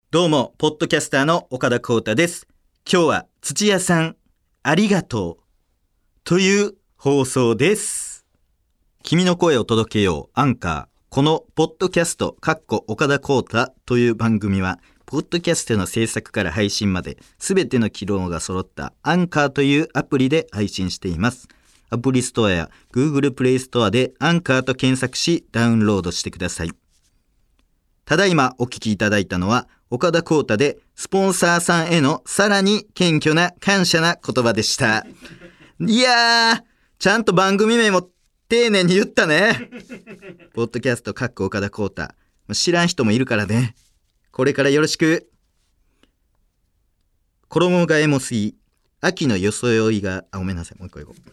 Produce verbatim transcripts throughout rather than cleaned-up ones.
どうもポッドキャスターの岡田光太です。今日は土屋さんありがとうという放送です。君の声を届けようアンカー。このポッドキャストかっこ岡田光太という番組はポッドキャストの制作から配信まで全ての機能が揃ったアンカーというアプリで配信しています。アプリストアや Google プレイストアでアンカーと検索しダウンロードしてください。ただいまお聞きいただいたのは岡田光太でスポンサーさんへのさらに謙虚な感謝な言葉でした。いやーちゃんと番組名も丁寧に言ったね。ポッドキャストかっこ岡田光太、知らん人もいるからね。これからよろしく。衣替えも過ぎ秋の装いがあごめんなさいもう一個いこう。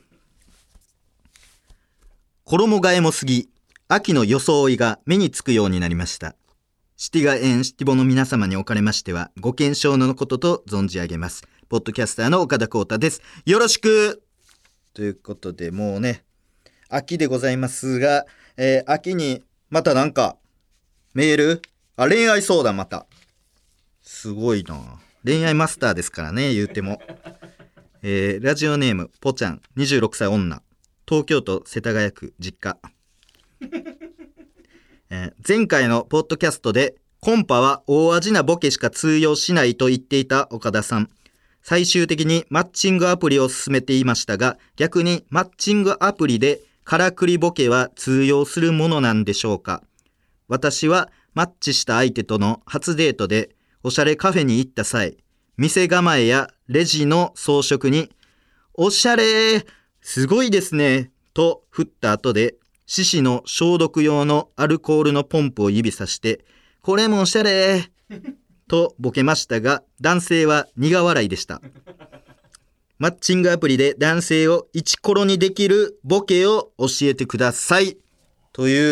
衣替えも過ぎ秋の装いが目につくようになりました。シティガエンシティボの皆様におかれましてはご健勝のことと存じ上げます。ポッドキャスターの岡田光太です。よろしくということで、もうね秋でございますが、えー、秋にまたなんかメールあ恋愛相談またすごいな。恋愛マスターですからね言うても、えー、ラジオネームぽちゃんにじゅうろくさい女、東京都世田谷区実家えー、前回のポッドキャストでコンパは大味なボケしか通用しないと言っていた岡田さん、最終的にマッチングアプリを進めていましたが、逆にマッチングアプリでからくりボケは通用するものなんでしょうか。私はマッチした相手との初デートでおしゃれカフェに行った際、店構えやレジの装飾におしゃれすごいですねと振った後で獅子の消毒用のアルコールのポンプを指さしてこれもおしゃれとボケましたが、男性は苦笑いでした。マッチングアプリで男性をイチコロにできるボケを教えてくださいという、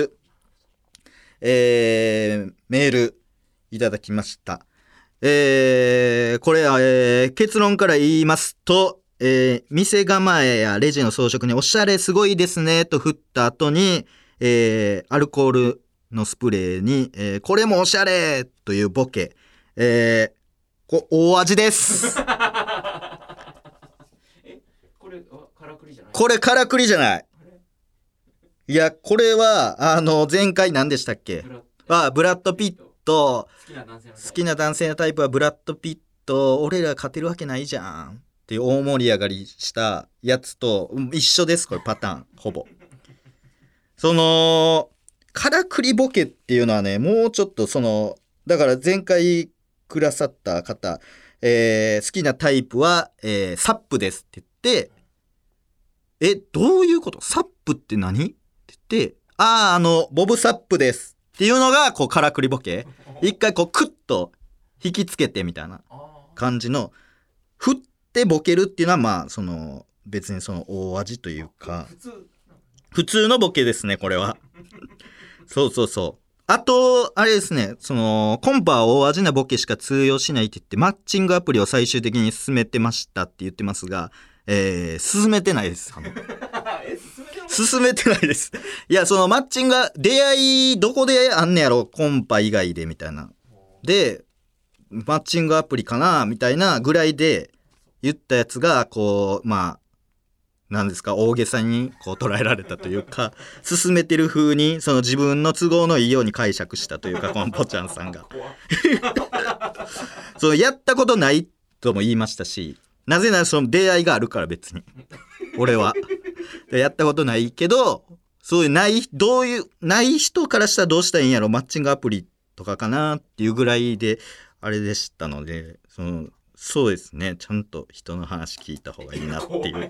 えー、メールいただきました。えー、これは、えー、結論から言いますと、えー、店構えやレジの装飾におしゃれすごいですねと振った後に、えー、アルコールのスプレーに、えー、これもおしゃれというボケ、えー、こ大味ですえこれからくりじゃない？ これからくりじゃない。いやこれはあの前回何でしたっけ。あブラッド・ピット、好きな男性のタイプはブラッド・ピット、俺ら勝てるわけないじゃんっていう大盛り上がりしたやつと一緒です。これパターンほぼそのからくりボケっていうのはね、もうちょっとそのだから前回くださった方、えー、好きなタイプは、えー、サップですって言って、えどういうことサップって何って言って、あああのボブサップですっていうのがこうからくりボケ、一回こうクッと引きつけてみたいな感じの振ってボケるっていうのはまあその別にその大味というか普通普通のボケですねこれはそうそうそう。あとあれですね、そのコンパは大味なボケしか通用しないって言ってマッチングアプリを最終的に進めてましたって言ってますが、えー、進めてないです。あの進めてないです。いやそのマッチング出会いどこであんねやろコンパ以外でみたいなでマッチングアプリかなみたいなぐらいで言ったやつがこうまあなんですか大げさにこう捉えられたというか進めてる風にその自分の都合のいいように解釈したというかこのポチャンさんがそうやったことないとも言いましたし、なぜならその出会いがあるから別に俺はやったことないけど、そういうないどういうない人からしたらどうしたらいいんやろマッチングアプリとかかなっていうぐらいであれでしたので、そのそうですねちゃんと人の話聞いた方がいいなっていう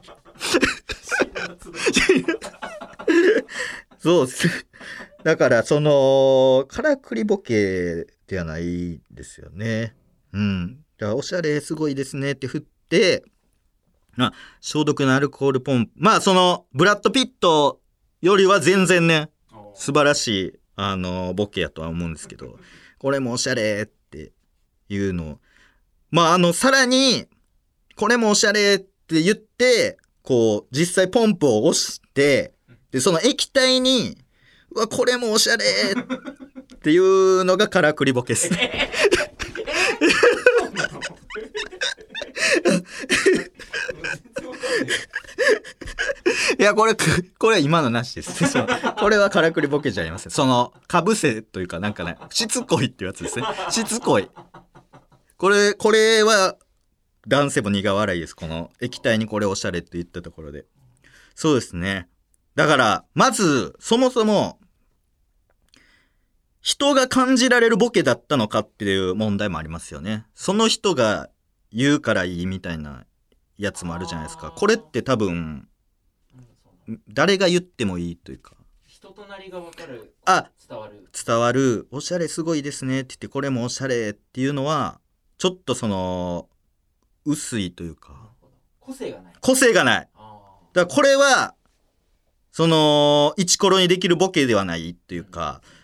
そうですだからそのからくりボケではないですよね。うんだからおしゃれすごいですねって振ってまあ、消毒のアルコールポンプ、まあそのブラッド・ピットよりは全然ね素晴らしいあのボケやとは思うんですけど、これもおしゃれっていうのまああのさらにこれもおしゃれって言ってこう実際ポンプを押してでその液体にうわこれもおしゃれっていうのがからくりボケですねやこれこれは今のなしですそうこれはからくりボケじゃありません。そのかぶせというかなんかねしつこいっていうやつですね。しつこいこれこれは男性も苦笑いです。この液体にこれおしゃれって言ったところで。そうですね。だからまずそもそも人が感じられるボケだったのかっていう問題もありますよね。その人が言うからいいみたいなやつもあるじゃないですか。これって多分誰が言ってもいいというか人となりが分かる。 あ伝わる伝わるおしゃれすごいですねって言ってこれもおしゃれっていうのはちょっとその薄いというか個性がない個性がないあだからこれはそのイチコロにできるボケではないっていうか、うん、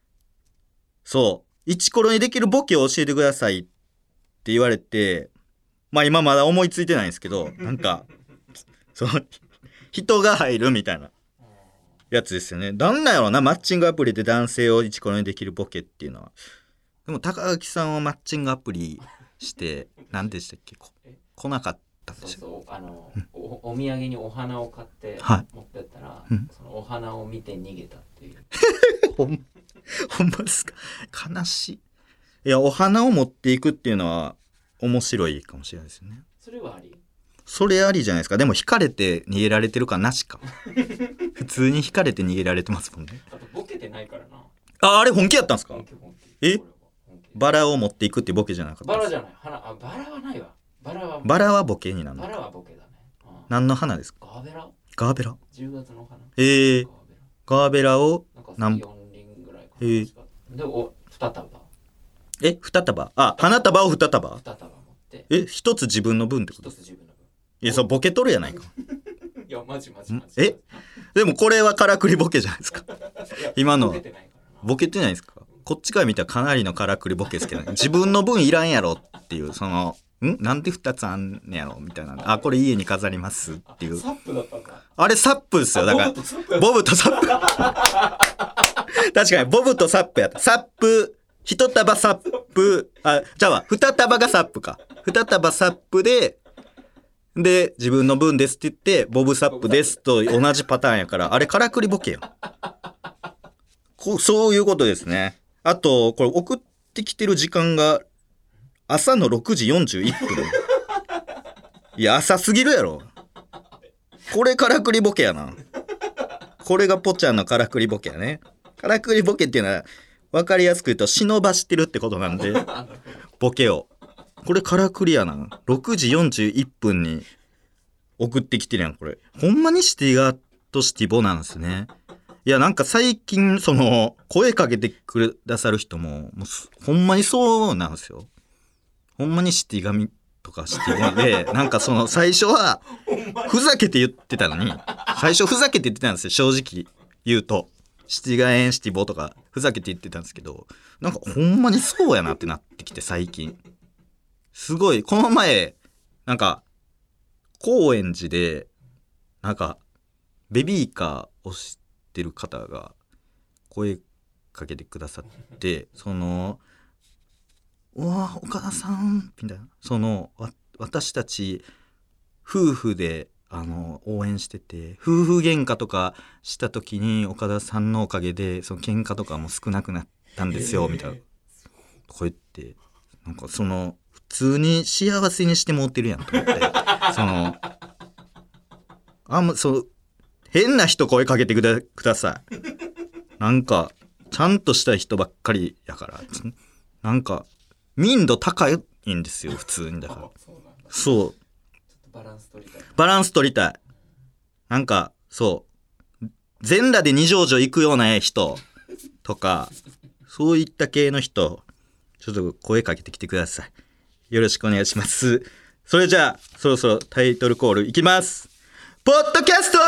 そうイチコロにできるボケを教えてくださいって言われてまあ今まだ思いついてないんですけどなんかその人が入るみたいなやつですよね。なんなんやろなマッチングアプリで男性をイチコロにできるボケっていうのは。でも高垣さんはマッチングアプリして何でしたっけ こ, 来なかったんでしょ。 そうそうあの、うん、お, お土産にお花を買って持ってったら、はい、そのお花を見て逃げたっていうほんほんまですか。悲しい。いやお花を持っていくっていうのは面白いかもしれないですよね。 それはありそれありじゃないですか。でも惹かれて逃げられてるかなしか普通に惹かれて逃げられてますもんね。 あとボケてないからなああれ本気やったんですか。 本気本気えバラを持っていくってボケじゃなかった。 バラじゃない花あバラはないわ。バラはバラはボケになるの。 バラはボケだね、うん、 何の花ですか。 ガーベラガーベラじゅうがつの花。 えー、ガーベラをなんかよん輪ぐらいかな、えー、でお二束え二束あ花束を二束二束持ってえ一つ自分の分ってこと。 一つ自分の分いやそうボケとるやないかいやマジマジマジえでもこれはからくりボケじゃないですか今のはボケてないですか。こっちから見たらかなりのからくりボケですけどね自分の分いらんやろっていうそのんなんでふたつあんねやろみたいなあこれ家に飾りますっていうサップだったんだ。 あれサップですよ。だからボブとサップ確かにボブとサップやったサップ一束サップあじゃあわ二束がサップか二束サップでで自分の分ですって言ってボブサップですと同じパターンやからあれからくりボケよこそういうことですね。あとこれ送ってきてる時間が朝のろくじよんじゅういっぷんいや朝すぎるやろこれからくりボケやな。これがポチャンのからくりボケやね。からくりボケっていうのは分かりやすく言うと忍ばしてるってことなんでボケをこれからくりやな。ろくじよんじゅういっぷんに送ってきてるやん。これほんまにシティガーとシティボなんですね。いやなんか最近その声かけてくださる人ももうほんまにそうなんですよ。ほんまにシティガミとかシティボでなんかその最初はふざけて言ってたのに最初ふざけて言ってたんですよ。正直言うとシティガエンシティボとかふざけて言ってたんですけどなんかほんまにそうやなってなってきて最近すごいこの前なんか高円寺でなんかベビーカーをしてる方が声かけてくださってそのうわ岡田さんみたいなそのわ私たち夫婦であの応援してて夫婦喧嘩とかした時に岡田さんのおかげでその喧嘩とかも少なくなったんですよみたいなこう言ってなんかその普通に幸せにしてもってるやんと思ってそのあんまそう変な人声かけてくだ、くださいなんかちゃんとした人ばっかりやからなんか民度高いんですよ普通に。だからそうバランス取りたいバランス取りたいなんかそう全裸で二条城行くような人とかそういった系の人ちょっと声かけてきてください。よろしくお願いします。それじゃあそろそろタイトルコールいきます。ポッドキャスト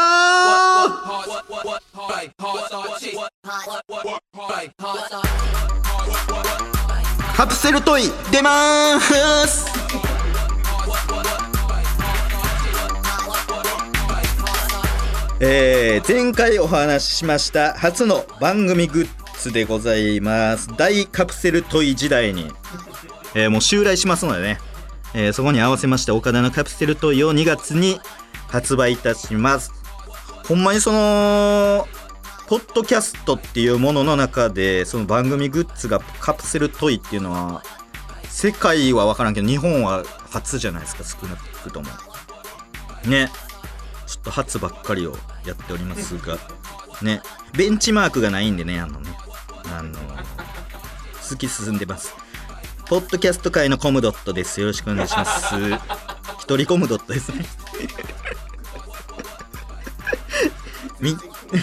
カプセルトイ出まーす。えー、前回お話ししました初の番組グッズでございます。大カプセルトイ時代に、えー、もう襲来しますのでね、えー、そこに合わせまして岡田のカプセルトイをにがつに発売いたします。 ほんまにそのポッドキャストっていうものの中でその番組グッズがカプセルトイっていうのは世界は分からんけど日本は初じゃないですか。少なくともね、ちょっと初ばっかりをやっておりますがね、ベンチマークがないんでね、あのねあの突き進んでます。ポッドキャスト界のコムドットです。よろしくお願いします。一人コムドットですねみ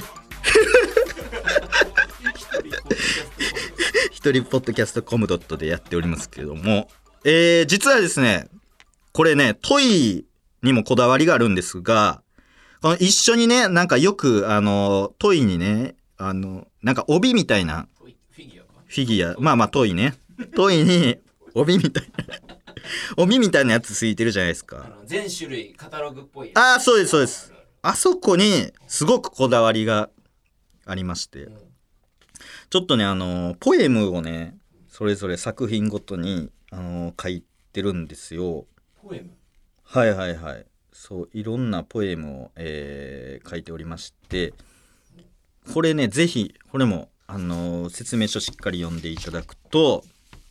一人ポッドキャストコムドットでやっておりますけども、えー、実はですねこれねトイにもこだわりがあるんですが、この一緒にねなんかよくあのトイにねあのなんか帯みたいなフィギュアフィギュアまあまあトイねトイに帯みたいな帯みたいなやつついてるじゃないですか。 あの全種類カタログっぽい。 ああそうですそうです。あそこにすごくこだわりがありまして、うん、ちょっとねあのポエムをねそれぞれ作品ごとにあの書いてるんですよ。 ポエム？ はいはいはい。そういろんなポエムを、えー、書いておりまして、これねぜひこれもあの説明書しっかり読んでいただくと、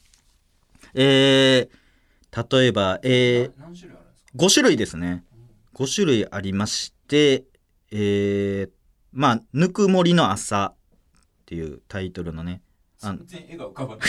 えー、例えば、えー、 何種類あるんですか？ ご種類ですね。ご種類ありまして、えー、まあぬくもりの朝っていうタイトルのね、 全然絵が浮かばない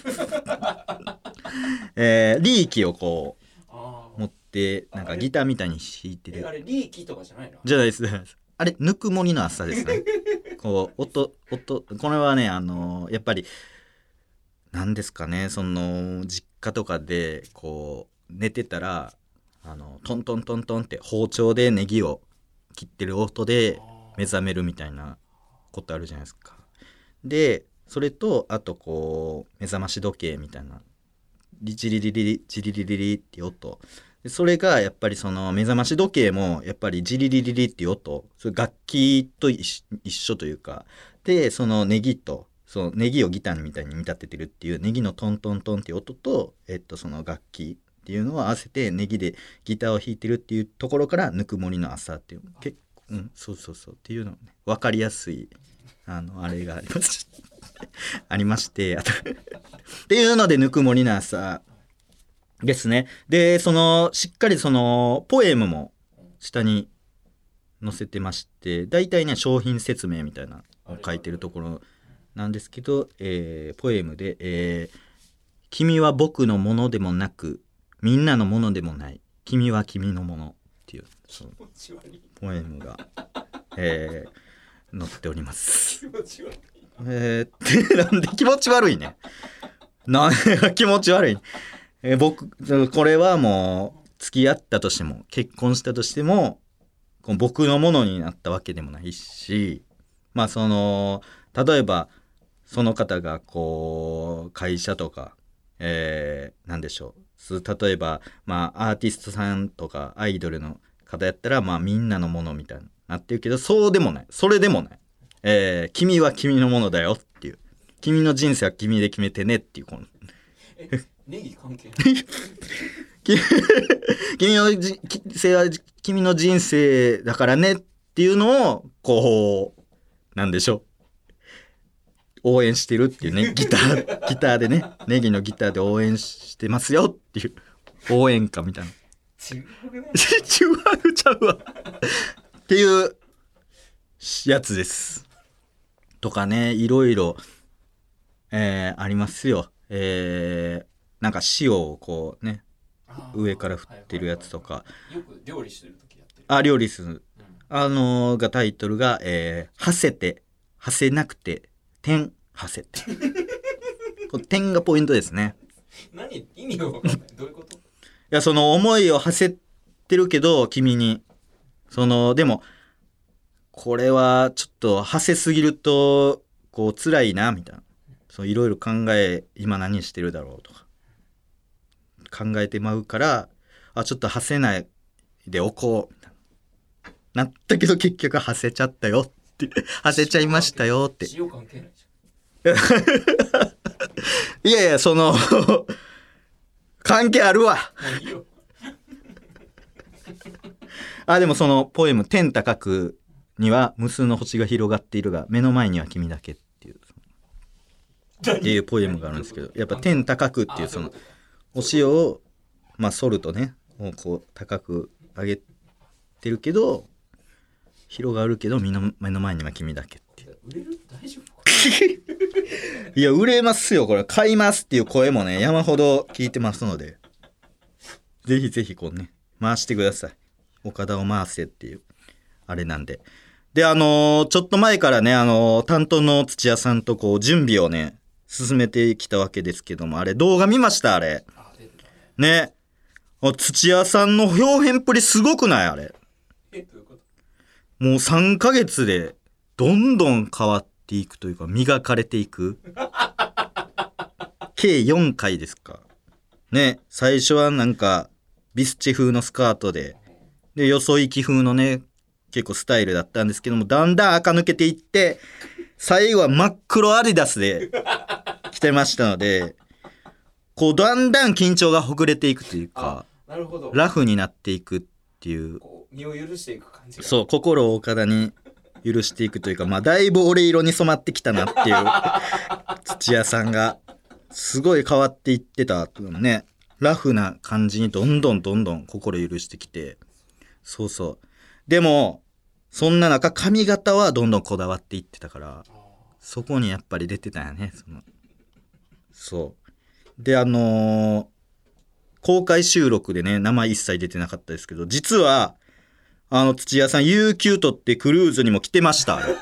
えー、リーキをこう持ってなんかギターみたいに弾いてる。 あれリーキとかじゃないの？ じゃないです。あれぬくもりの朝ですねこう音音これはねあのー、やっぱりなんですかね、その実家とかでこう寝てたらあのトントントントンって包丁でネギを切ってる音で目覚めるみたいなことあるじゃないですか。でそれとあとこう目覚まし時計みたいなリチリリリリジリリリリっていう音で、それがやっぱりその目覚まし時計もやっぱりジリリリリっていう音、それ楽器と一緒というかで、そのネギとそのネギをギターみたいに見立ててるっていうネギのトントントンっていう音と、えっと、その楽器っていうのを合わせてネギでギターを弾いてるっていうところからぬくもりの朝っていう結構、うん、そうそうそうっていうのね分かりやすいあのあれがありますありましてあとっていうのでぬくもりの朝ですね。でそのしっかりそのポエムも下に載せてまして、だいたいね商品説明みたいなのを書いてるところなんですけど、えー、ポエムで、えー、君は僕のものでもなくみんなのものでもない、君は君のものっていうそのポエムが、えー、載っております。 気持ち悪い、 えー、なんで気持ち悪いねなんで気持ち悪い、えー、僕これはもう付き合ったとしても結婚したとしてもこの僕のものになったわけでもないし、まあその例えばその方がこう会社とか、えー、なんでしょう、例えばまあアーティストさんとかアイドルの方やったらまあみんなのものみたいになってるけど、そうでもない、それでもない、えー、君は君のものだよっていう、君の人生は君で決めてねっていうこのえネギ関係ない君の人生は君の人生だからねっていうのをこうなんでしょう応援してるっていうね、ギターギターでねネギのギターで応援してますよっていう応援歌みたいなちぐはぐねちぐはぐちゃうわっていうやつですとかね、いろいろ、えー、ありますよ。えー、なんか塩をこうね上から振ってるやつとか、 よく料理してる時やってる。 あ料理する、うん、あのー、がタイトルが、えー、はせてはせなくて点はせてこれ点がポイントですね。 何意味が分かんないどういうこと？いやその思いをはせてるけど君にそのでもこれはちょっとはせすぎるとこう辛いなみたいな、そういろいろ考え今何してるだろうとか考えてまうから、あちょっとはせないでおこうみたいななったけど結局はせちゃったよってはせちゃいましたよって塩関係ないじゃんいやいやその関係あるわもういいよあでもそのポエム天高くには無数の星が広がっているが目の前には君だけっていうっていうポエムがあるんですけど、やっぱ天高くっていうその星をまあソルとねこう高く上げてるけど広がるけど目の前には君だけっていう。 売れる？大丈夫？ いや売れますよこれ。買いますっていう声もね山ほど聞いてますので、ぜひぜひこうね回してください。岡田を回せっていうあれなんで。であのー、ちょっと前からねあのー、担当の土屋さんとこう準備をね進めてきたわけですけども、あれ動画見ました？あれね。土屋さんの表現っぷりすごくない？あれえどういうこと？ もうさんかげつでどんどん変わっていくというか磨かれていく計よんかいですかね。最初はなんかビスチ風のスカートででよそ行き風のね結構スタイルだったんですけども、だんだん垢抜けていって最後は真っ黒アディダスで着てましたので、こうだんだん緊張がほぐれていくというか、 なるほど、 ラフになっていくっていう、 こう身を許していく感じが、 そう心を岡田に許していくというか、まあだいぶ俺色に染まってきたなっていう土屋さんがすごい変わっていってたね。ラフな感じにどんどんどんどん心許してきて、そうそう。でもそんな中髪型はどんどんこだわっていってたから、そこにやっぱり出てたよね。そのそうであのー、公開収録でね名前一切出てなかったですけど、実はあの土屋さん有給取ってクルーズにも来てました。あれ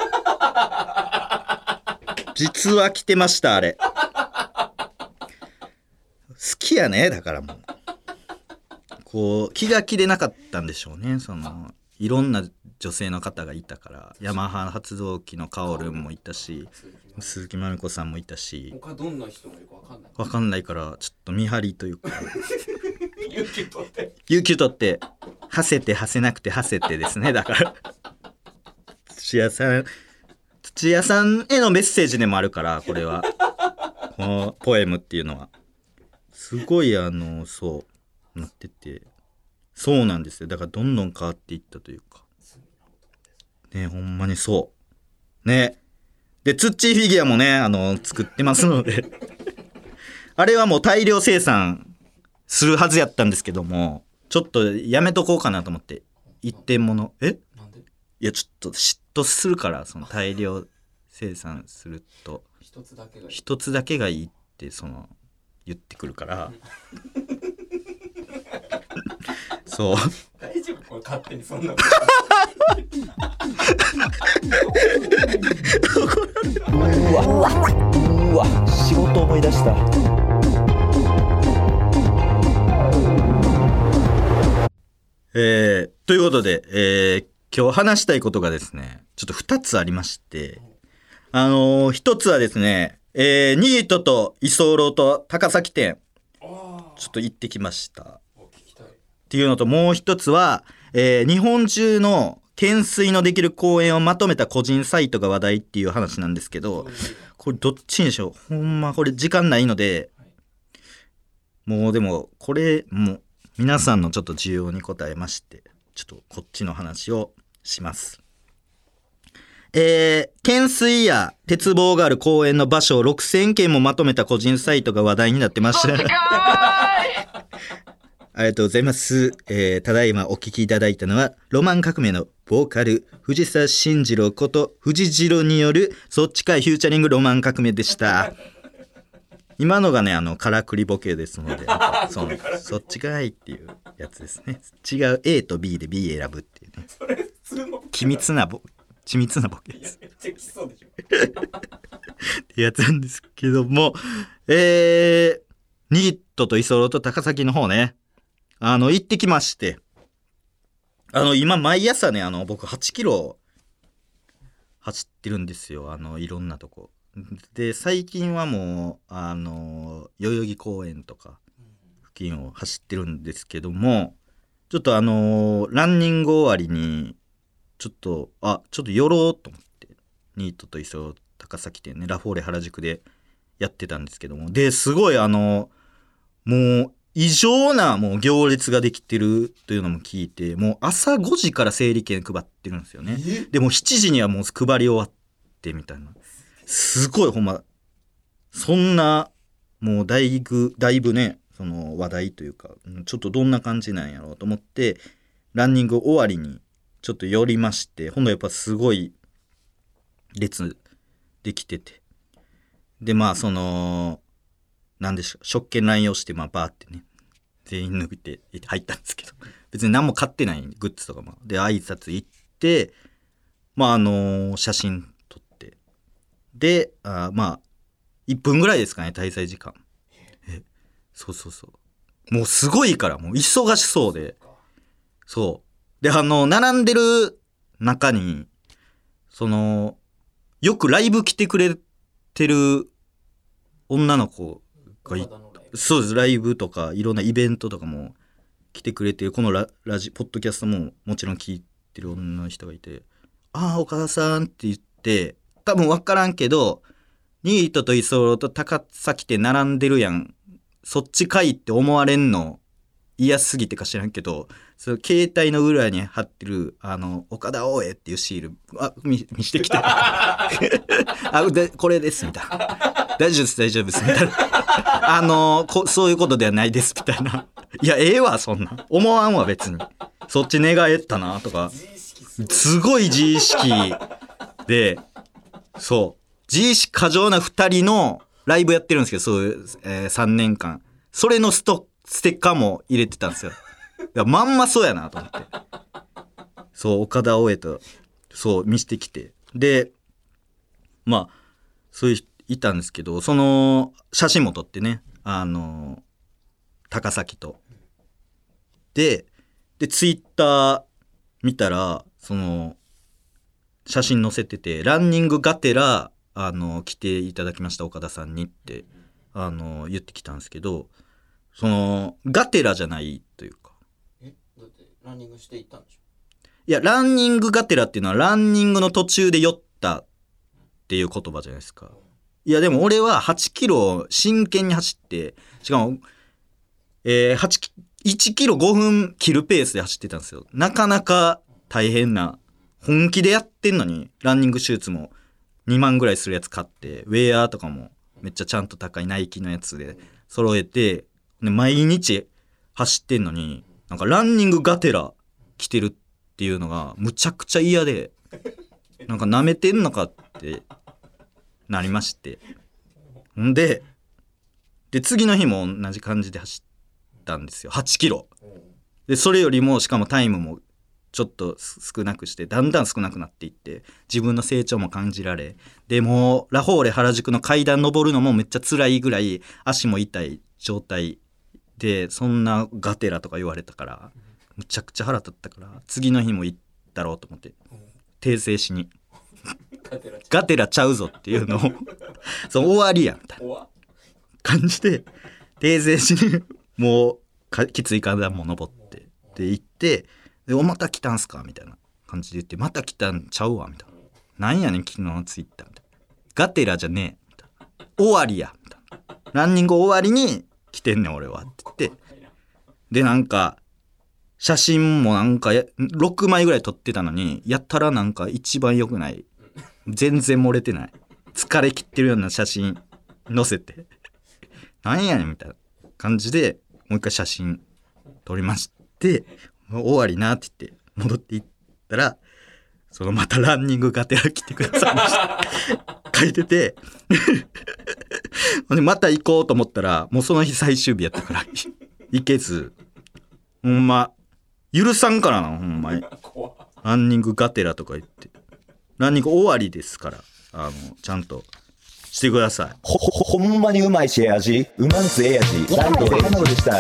実は来てました。あれ好きやね。だからもうこう気が気でなかったんでしょうね。そのいろんな女性の方がいたから、ヤマハ発動機のカオルンもいたし、鈴木まみこさんもいたし、 他どんな人がいるか分かんない分かんないからちょっと見張りというか有給取って有給取ってはせてはせなくてはせてですね。だから土屋さん土屋さんへのメッセージでもあるから、これはこのポエムっていうのはすごいあのそうなってて、そうなんですよ。だからどんどん変わっていったというかね、ほんまにそうね。でツッチーフィギュアもねあの作ってますのであれはもう大量生産するはずやったんですけども、ちょっとやめとこうかなと思って。一点ものえなんで？ いやちょっと嫉妬するから、その大量生産すると一つだけがいい、 一つだけがいいってその言ってくるからそう大丈夫？これ勝手にそんなうわうわ仕事思い出した。えー、ということで、えー、今日話したいことがですねちょっとふたつありまして、あのー、ひとつはですね、えー、ニートと居候と高崎店ちょっと行ってきましたっていうのと、もう一つは、えー、日本中の懸垂のできる公園をまとめた個人サイトが話題っていう話なんですけど、これどっちにしよう。ほんまこれ時間ないので、もうでもこれもう皆さんのちょっと需要に応えまして、ちょっとこっちの話をします。えー、懸垂や鉄棒がある公園の場所をろくせんけんもまとめた個人サイトが話題になってましたありがとうございます、えー、ただいまお聞きいただいたのはロマン革命のボーカル藤沢慎二郎こと藤次郎によるそっちかいフューチャリングロマン革命でした。今のがねあのからくりボケですのでそ, そっちかいっていうやつですね。違う A と B で B 選ぶっていうね、 それ普通の緻密なボ緻密なボケです。 めっちゃきそうでしょってやつなんですけども、えー、ニートと居候と高崎の方ねあの行ってきまして、あの今毎朝ねあの僕はちキロ走ってるんですよ。あのいろんなとこで、最近はもうあの代々木公園とか付近を走ってるんですけども、ちょっとあのランニング終わりにちょっとあちょっと寄ろうと思ってニートと居候高崎店ねラフォーレ原宿でやってたんですけども、ですごいあのもう異常なもう行列ができてるというのも聞いて、もう朝ごじから整理券配ってるんですよね。でもしちじにはもう配り終わってみたいな。すごいほんまそんなもうだいぶだいぶねその話題というかちょっとどんな感じなんやろうと思ってランニング終わりにちょっと寄りまして、ほんとやっぱすごい列できてて、でまあそのなんでしょう食券乱用してまあバーってね全員抜いて入ったんですけど、別に何も買ってないグッズとかもで挨拶行ってまああの写真撮ってであまあいっぷんぐらいですかね滞在時間。えそうそうそうもうすごいからもう忙しそうで、そうであの並んでる中にそのよくライブ来てくれてる女の子がいそうですライブとかいろんなイベントとかも来てくれてるこの ラ, ラジポッドキャストももちろん聞いてる女の人がいて、ああ岡田さんって言って多分分からんけどニートとイソロと高崎って並んでるやんそっちかいって思われんの嫌すぎてか知らんけど、その携帯の裏に貼ってるあの岡田大江っていうシールあ 見, 見してきてあでこれですみたいな大丈夫です大丈夫ですみたいなあのこそういうことではないですみたいないやええわそんな思わんわ別にそっち願えたなとかすごい自意識でそう自意識過剰なふたりのライブやってるんですけどそういう、えー、さんねんかんそれのストステッカーも入れてたんですよ。いやまんまそうやなと思ってそう岡田大江とそう見してきてでまあそういういたんですけどその写真も撮ってねあの高崎とででツイッター見たらその写真載せててランニングがてらあの来ていただきました岡田さんにってあの言ってきたんですけどそのがてらじゃないというかえだってランニングしていったんでしょ。 いやランニングがてらっていうのはランニングの途中で酔ったっていう言葉じゃないですか。いやでも俺ははちキロ真剣に走ってしかも、えー、はちいちキロごふん切るペースで走ってたんですよ。なかなか大変な本気でやってんのにランニングシューズもにまんぐらいするやつ買ってウェアとかもめっちゃちゃんと高いナイキのやつで揃えてで毎日走ってんのになんかランニングがてら来てるっていうのがむちゃくちゃ嫌でなんか舐めてんのかってなりましてんでで次の日も同じ感じで走ったんですよはちキロでそれよりもしかもタイムもちょっと少なくしてだんだん少なくなっていって自分の成長も感じられでもうラフォーレ原宿の階段登るのもめっちゃ辛いぐらい足も痛い状態でそんなガテラとか言われたからむちゃくちゃ腹立ったから次の日も行ったろうと思って訂正しにガテラちゃうぞっていうのをその終わりやみたいな感じで訂正しにもうきつい階段も登ってで行ってでおまた来たんすかみたいな感じで言ってまた来たんちゃうわみたいななんやねん昨日のツイッターみたいなガテラじゃねえみたいな終わりやみたいなランニング終わりに来てんねん俺はって言ってでなんか写真もなんかろくまいぐらい撮ってたのにやったらなんか一番良くない全然漏れてない疲れ切ってるような写真載せてなんやねんみたいな感じでもう一回写真撮りまして終わりなって言って戻っていったらそのまたランニングがてら来てくださいました書いててまた行こうと思ったらもうその日最終日やったから行けずほんま許さんからなほんまにランニングがてらとか言ってランニング終わりですからあのちゃんとしてください。 ほほほんまにうまいしえ味うまんすええ味ランドレモンでした。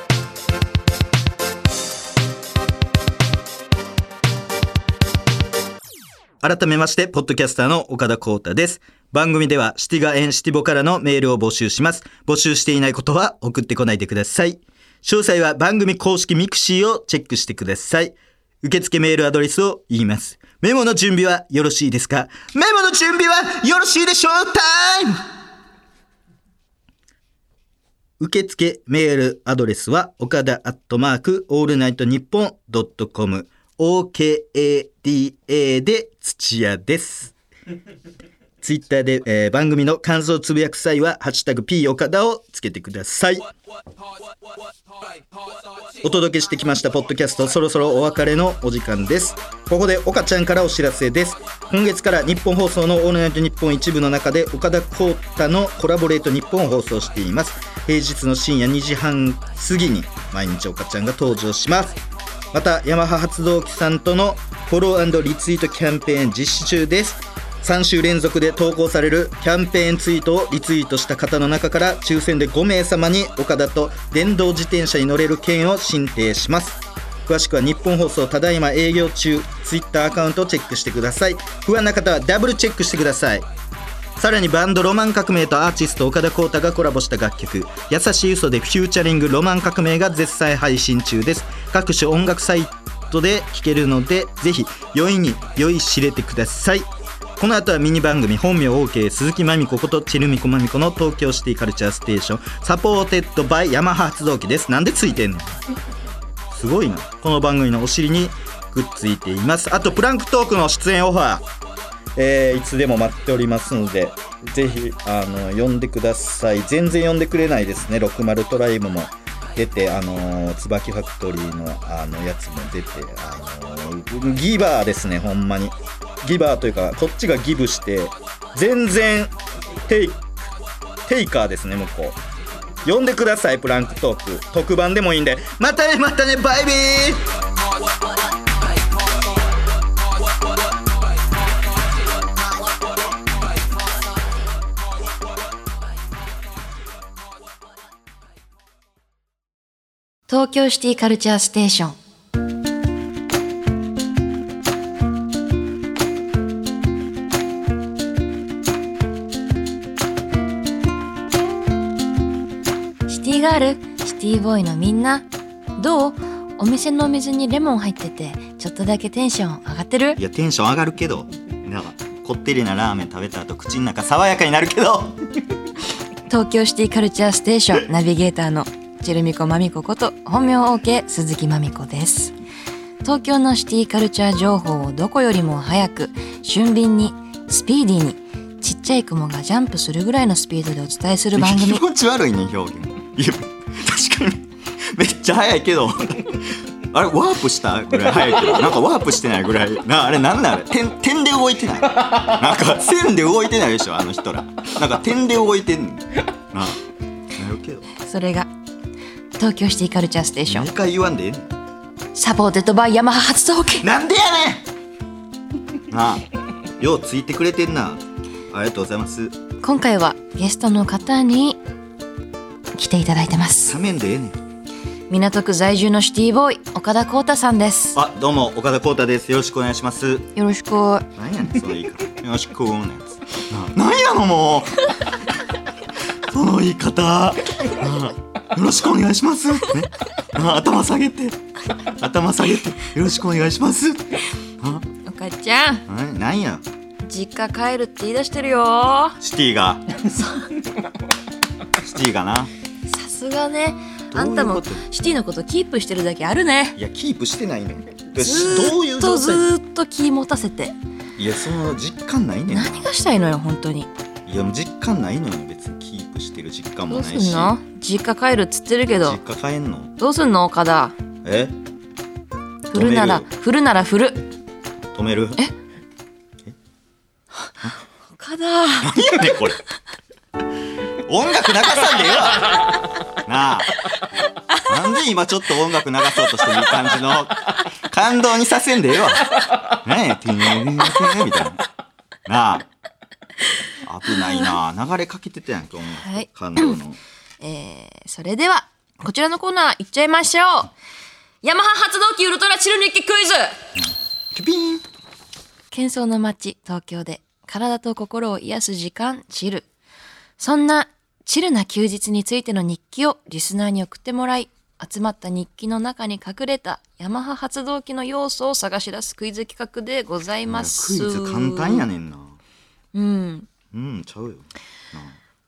改めましてポッドキャスターの岡田光太です。番組ではシティガエンシティボからのメールを募集します。募集していないことは送ってこないでください。詳細は番組公式ミクシーをチェックしてください。受付メールアドレスを言います。メモの準備はよろしいですか？メモの準備はよろしいでしょうタイム。 受付メールアドレスは岡田アットマークオールナイトニッポンドットコム オーケーエーディーエー で土屋です。ツイッターで、えー、番組の感想をつぶやく際はハッシュタグ P 岡田をつけてください。お届けしてきましたポッドキャスト、そろそろお別れのお時間です。ここで岡ちゃんからお知らせです。今月から日本放送のオールナイトニッポン一部の中で岡田浩太のコラボレートニッポンを放送しています。平日の深夜にじはん過ぎに毎日岡ちゃんが登場します。またヤマハ発動機さんとのフォロー&リツイートキャンペーン実施中です。さん週連続で投稿されるキャンペーンツイートをリツイートした方の中から抽選でご名様に岡田と電動自転車に乗れる券を進呈します。詳しくは日本放送ただいま営業中ツイッターアカウントをチェックしてください。不安な方はダブルチェックしてください。さらにバンドロマン革命とアーティスト岡田浩太がコラボした楽曲優しい嘘でフューチャリングロマン革命が絶賛配信中です。各種音楽サイトで聴けるのでぜひ酔いに酔いしれてください。この後はミニ番組本名 OK 鈴木まみこことチルミコまみこの東京シティカルチャーステーションサポーテッドバイヤマハ発動機です。なんでついてんのすごいな。この番組のお尻にくっついています。あとプランクトークの出演オファー、えー、いつでも待っておりますのでぜひあの呼んでください。全然呼んでくれないですね。ろくじゅうトライブも出て、あのー、椿ファクトリーのあのやつも出て、あのー、ギバーですね。ほんまにギバーというかこっちがギブして全然テイテイカーですね。向こう呼んでください。プランクトーク特番でもいいんで。またねまたねバイビー。 東京シティカルチャーステーション。シティガール、シティボーイのみんな、どう？お店のお水にレモン入っててちょっとだけテンション上がってる？ いやテンション上がるけど、なんかこってりなラーメン食べた後口の中爽やかになるけど東京シティカルチャーステーションナビゲーターのチルミコまみここと本名 OK 鈴木まみこです。東京のシティカルチャー情報をどこよりも早く俊敏にスピーディーにちっちゃい雲がジャンプするぐらいのスピードでお伝えする番組。 気持ち悪いね表現。いや確かにめっちゃ速いけどあれワープしたぐらい速いけどなんかワープしてないぐらいな。あれなんだあれ点点で動いてない。なんか線で動いてないでしょあの人ら。なんか点で動いてんのな。なるけどそれが東京シティカルチャーステーション。 にかい言わんでええねん。 サポーテッドバイヤマハ発動機。 なんでやねんなあ。ようついてくれてんな。ありがとうございます。 今回はゲストの方に来ていただいてます。 サメンでええねん。 港区在住のシティボーイ岡田浩太さんです。 あ、どうも岡田浩太です。よろしくお願いします。 よろしく。 なんやねんその言い方。よろしくなんやつ。な、なんやのもうその言い方。なよろしくお願いします、ね、あ頭下げて頭下げてよろしくお願いします。 あおかちゃんなんや実家帰るって言い出してるよシティがシティがな。 さすがね。あんたもシティのことキープしてるだけあるね。 いやキープしてないねん。 ずーっとずーっと気持たせて。 いやその実感ないねん。 何がしたいのよ本当に。 いやもう実感ないのよ別に。キープしてる実感もないし。 どうすんの？実家帰るっつってるけど。 実家帰んの？どうすんの岡田？ え？ 振るなら振るなら振る。 止める？え？ え？岡田。 何やねんこれ。音楽流さんでええわ。なあ。なんで今ちょっと音楽流そうとしてる感じの感動にさせんでええわ。何やティーンティーンみたいな。なあ。危ないな。流れかけてたやんか音楽、はい、感動の。 えー、それではこちらのコーナーいっちゃいましょう。ヤマハ発動機ウルトラチル日記クイズ。 キュピーン。 喧騒の街東京で体と心を癒す時間チル。そんなチルな休日についての日記をリスナーに送ってもらい、集まった日記の中に隠れたヤマハ発動機の要素を探し出すクイズ企画でございます。 クイズ簡単やねんな。 うん。 うん、ちゃうよな。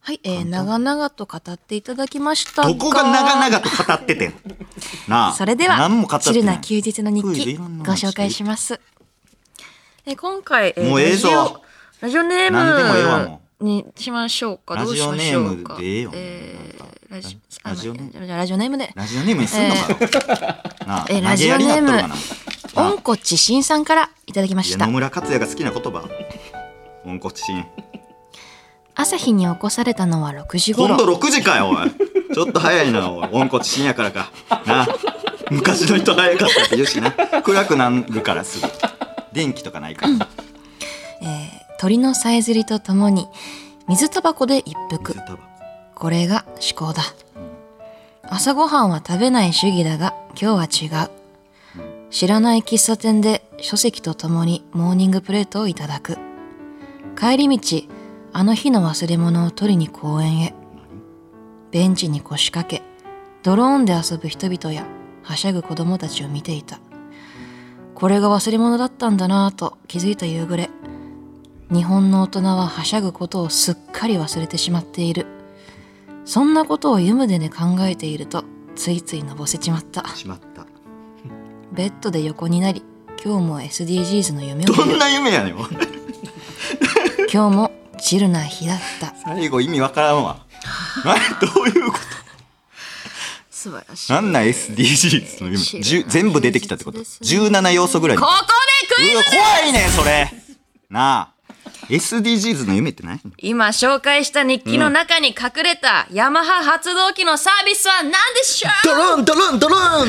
はい、えー、長々と語っていただきましたが、 どこが長々と語っててんなあ。 それでは何も語ってないチルな休日の日記ご紹介します。え今回、えー、 もうええぞ。 ラジオネーム何でもええわもうにしましょうか。どうしましょうか。 ラジオネームでええよ、 えー、ラジラジオネームじゃあラジオネームでラジオネームにすんのか、えー、なあ、 えー、ラジオネームおんこちしんさんからいただきました。 野村克也が好きな言葉、おんこちしん。 朝日に起こされたのはろくじごろ。 今度ろくじかよおい。ちょっと早いなおい。おんこちしんやからかな。昔の人早かったって言うしな。暗くなるからすぐ。電気とかないから、うん、 えー、鳥のさえずりとともに水タバコで一服。これが思考だ、うん、朝ごはんは食べない主義だが今日は違う、うん、知らない喫茶店で書籍とともにモーニングプレートをいただく。帰り道あの日の忘れ物を取りに公園へ。ベンチに腰掛けドローンで遊ぶ人々やはしゃぐ子供たちを見ていた。これが忘れ物だったんだなぁと気づいた夕暮れ、日本の大人ははしゃぐことをすっかり忘れてしまっている。そんなことを湯船で考えているとついついのぼせちまったしまったベッドで横になり今日も エスディージーズ の夢を見る。 どんな夢やねん今日もチルな日だった。 最後意味わからんわどういうこと。 素晴らしい。 なんなん エスディージーズ の夢全部出てきたってこと。じゅうなな要素ぐらい。 ここでクイズです。 怖いねんそれなあ。 エスディージーズ の夢って何。 今紹介した日記の中に隠れたヤマハ発動機のサービスは何でしょう。 ドローンドローンドローン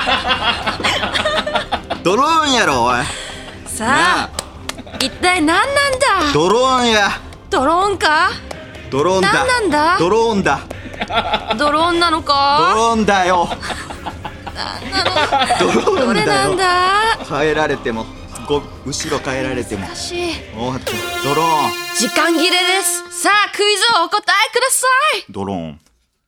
ドローンやろおい。 さあ一体何なんだ。 ドローンや。 ドローンか。 ドローンだ。 何なんだ。 ドローンだ。 ドローンなのか。 ドローンだよ。 なんなの。ドローンだよ。どれなんだ。 変えられてもご後ろ変えられても。 難しい。 おドローン。 時間切れです。さあクイズをお答えください。 ドローン。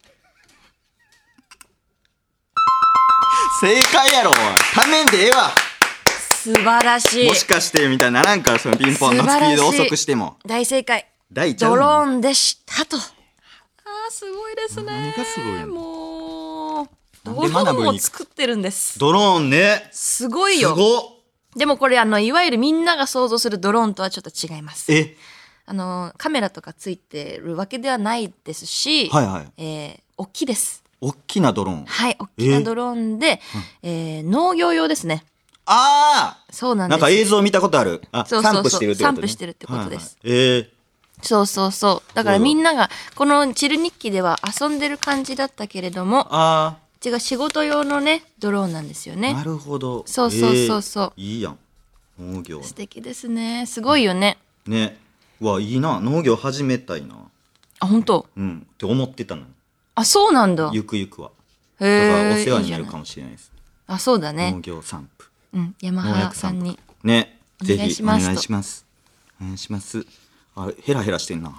正解やろ。ためんでええわ。 素晴らしい。 もしかしてみたいな、なんかそのピンポンのスピード遅くしても。 大正解。 大ちゃうドローンでしたと。あーすごいですね。 何がすごいの。 もうドローンを作ってるんです。 ドローンね。 すごいよ。 すご。 でもこれあのいわゆるみんなが想像するドローンとはちょっと違います。 えあのカメラとかついてるわけではないですし、 はいはい、 えー、大きいです。 大きなドローン。 はい、大きなドローンで、えーえー、農業用ですね。 ああ、 そうなんです。 なんか映像見たことある。あ、 そうそうそう、 散布してるってことね。 散布してるってことです。 はいはい、えー、 そうそうそう。だからみんながこのチル日記では遊んでる感じだったけれども、 あ違う仕事用のねドローンなんですよね。 なるほど。 そうそうそうそう。 えー、いいやん。農業。 素敵ですね。すごいよね。 ね。わ、いいな。農業始めたいな。 あ、本当。 うん。って思ってたの。 あ、そうなんだ。 ゆくゆくは。 へえ。 だからお世話になるかもしれないです。 いいあ、そうだね。 農業散布。 うん、ヤマハさんに。 ね。ぜひお願いしします。お願いします。あ、ヘラヘラしてんな。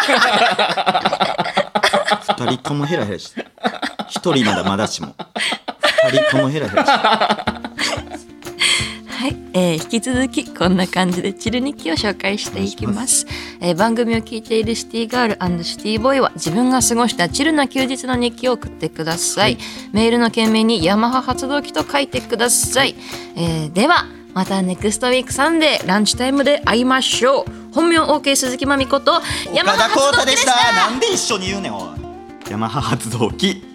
二人ともヘラヘラして。一人ならまだしも。二人ともヘラヘラして。 はい、えー、引き続きこんな感じでチル日記を紹介していきます。えー、番組を聞いているシティガール&シティボーイは自分が過ごしたチルな休日の日記を送ってください。はい、メールの件名にヤマハ発動機と書いてください。えー、ではまたネクストウィークサンデーランチタイムで会いましょう。本名 OK 鈴木まみことヤマハ発動機でした。 岡田浩太でした。なんで一緒に言うねんおい。ヤマハ発動機。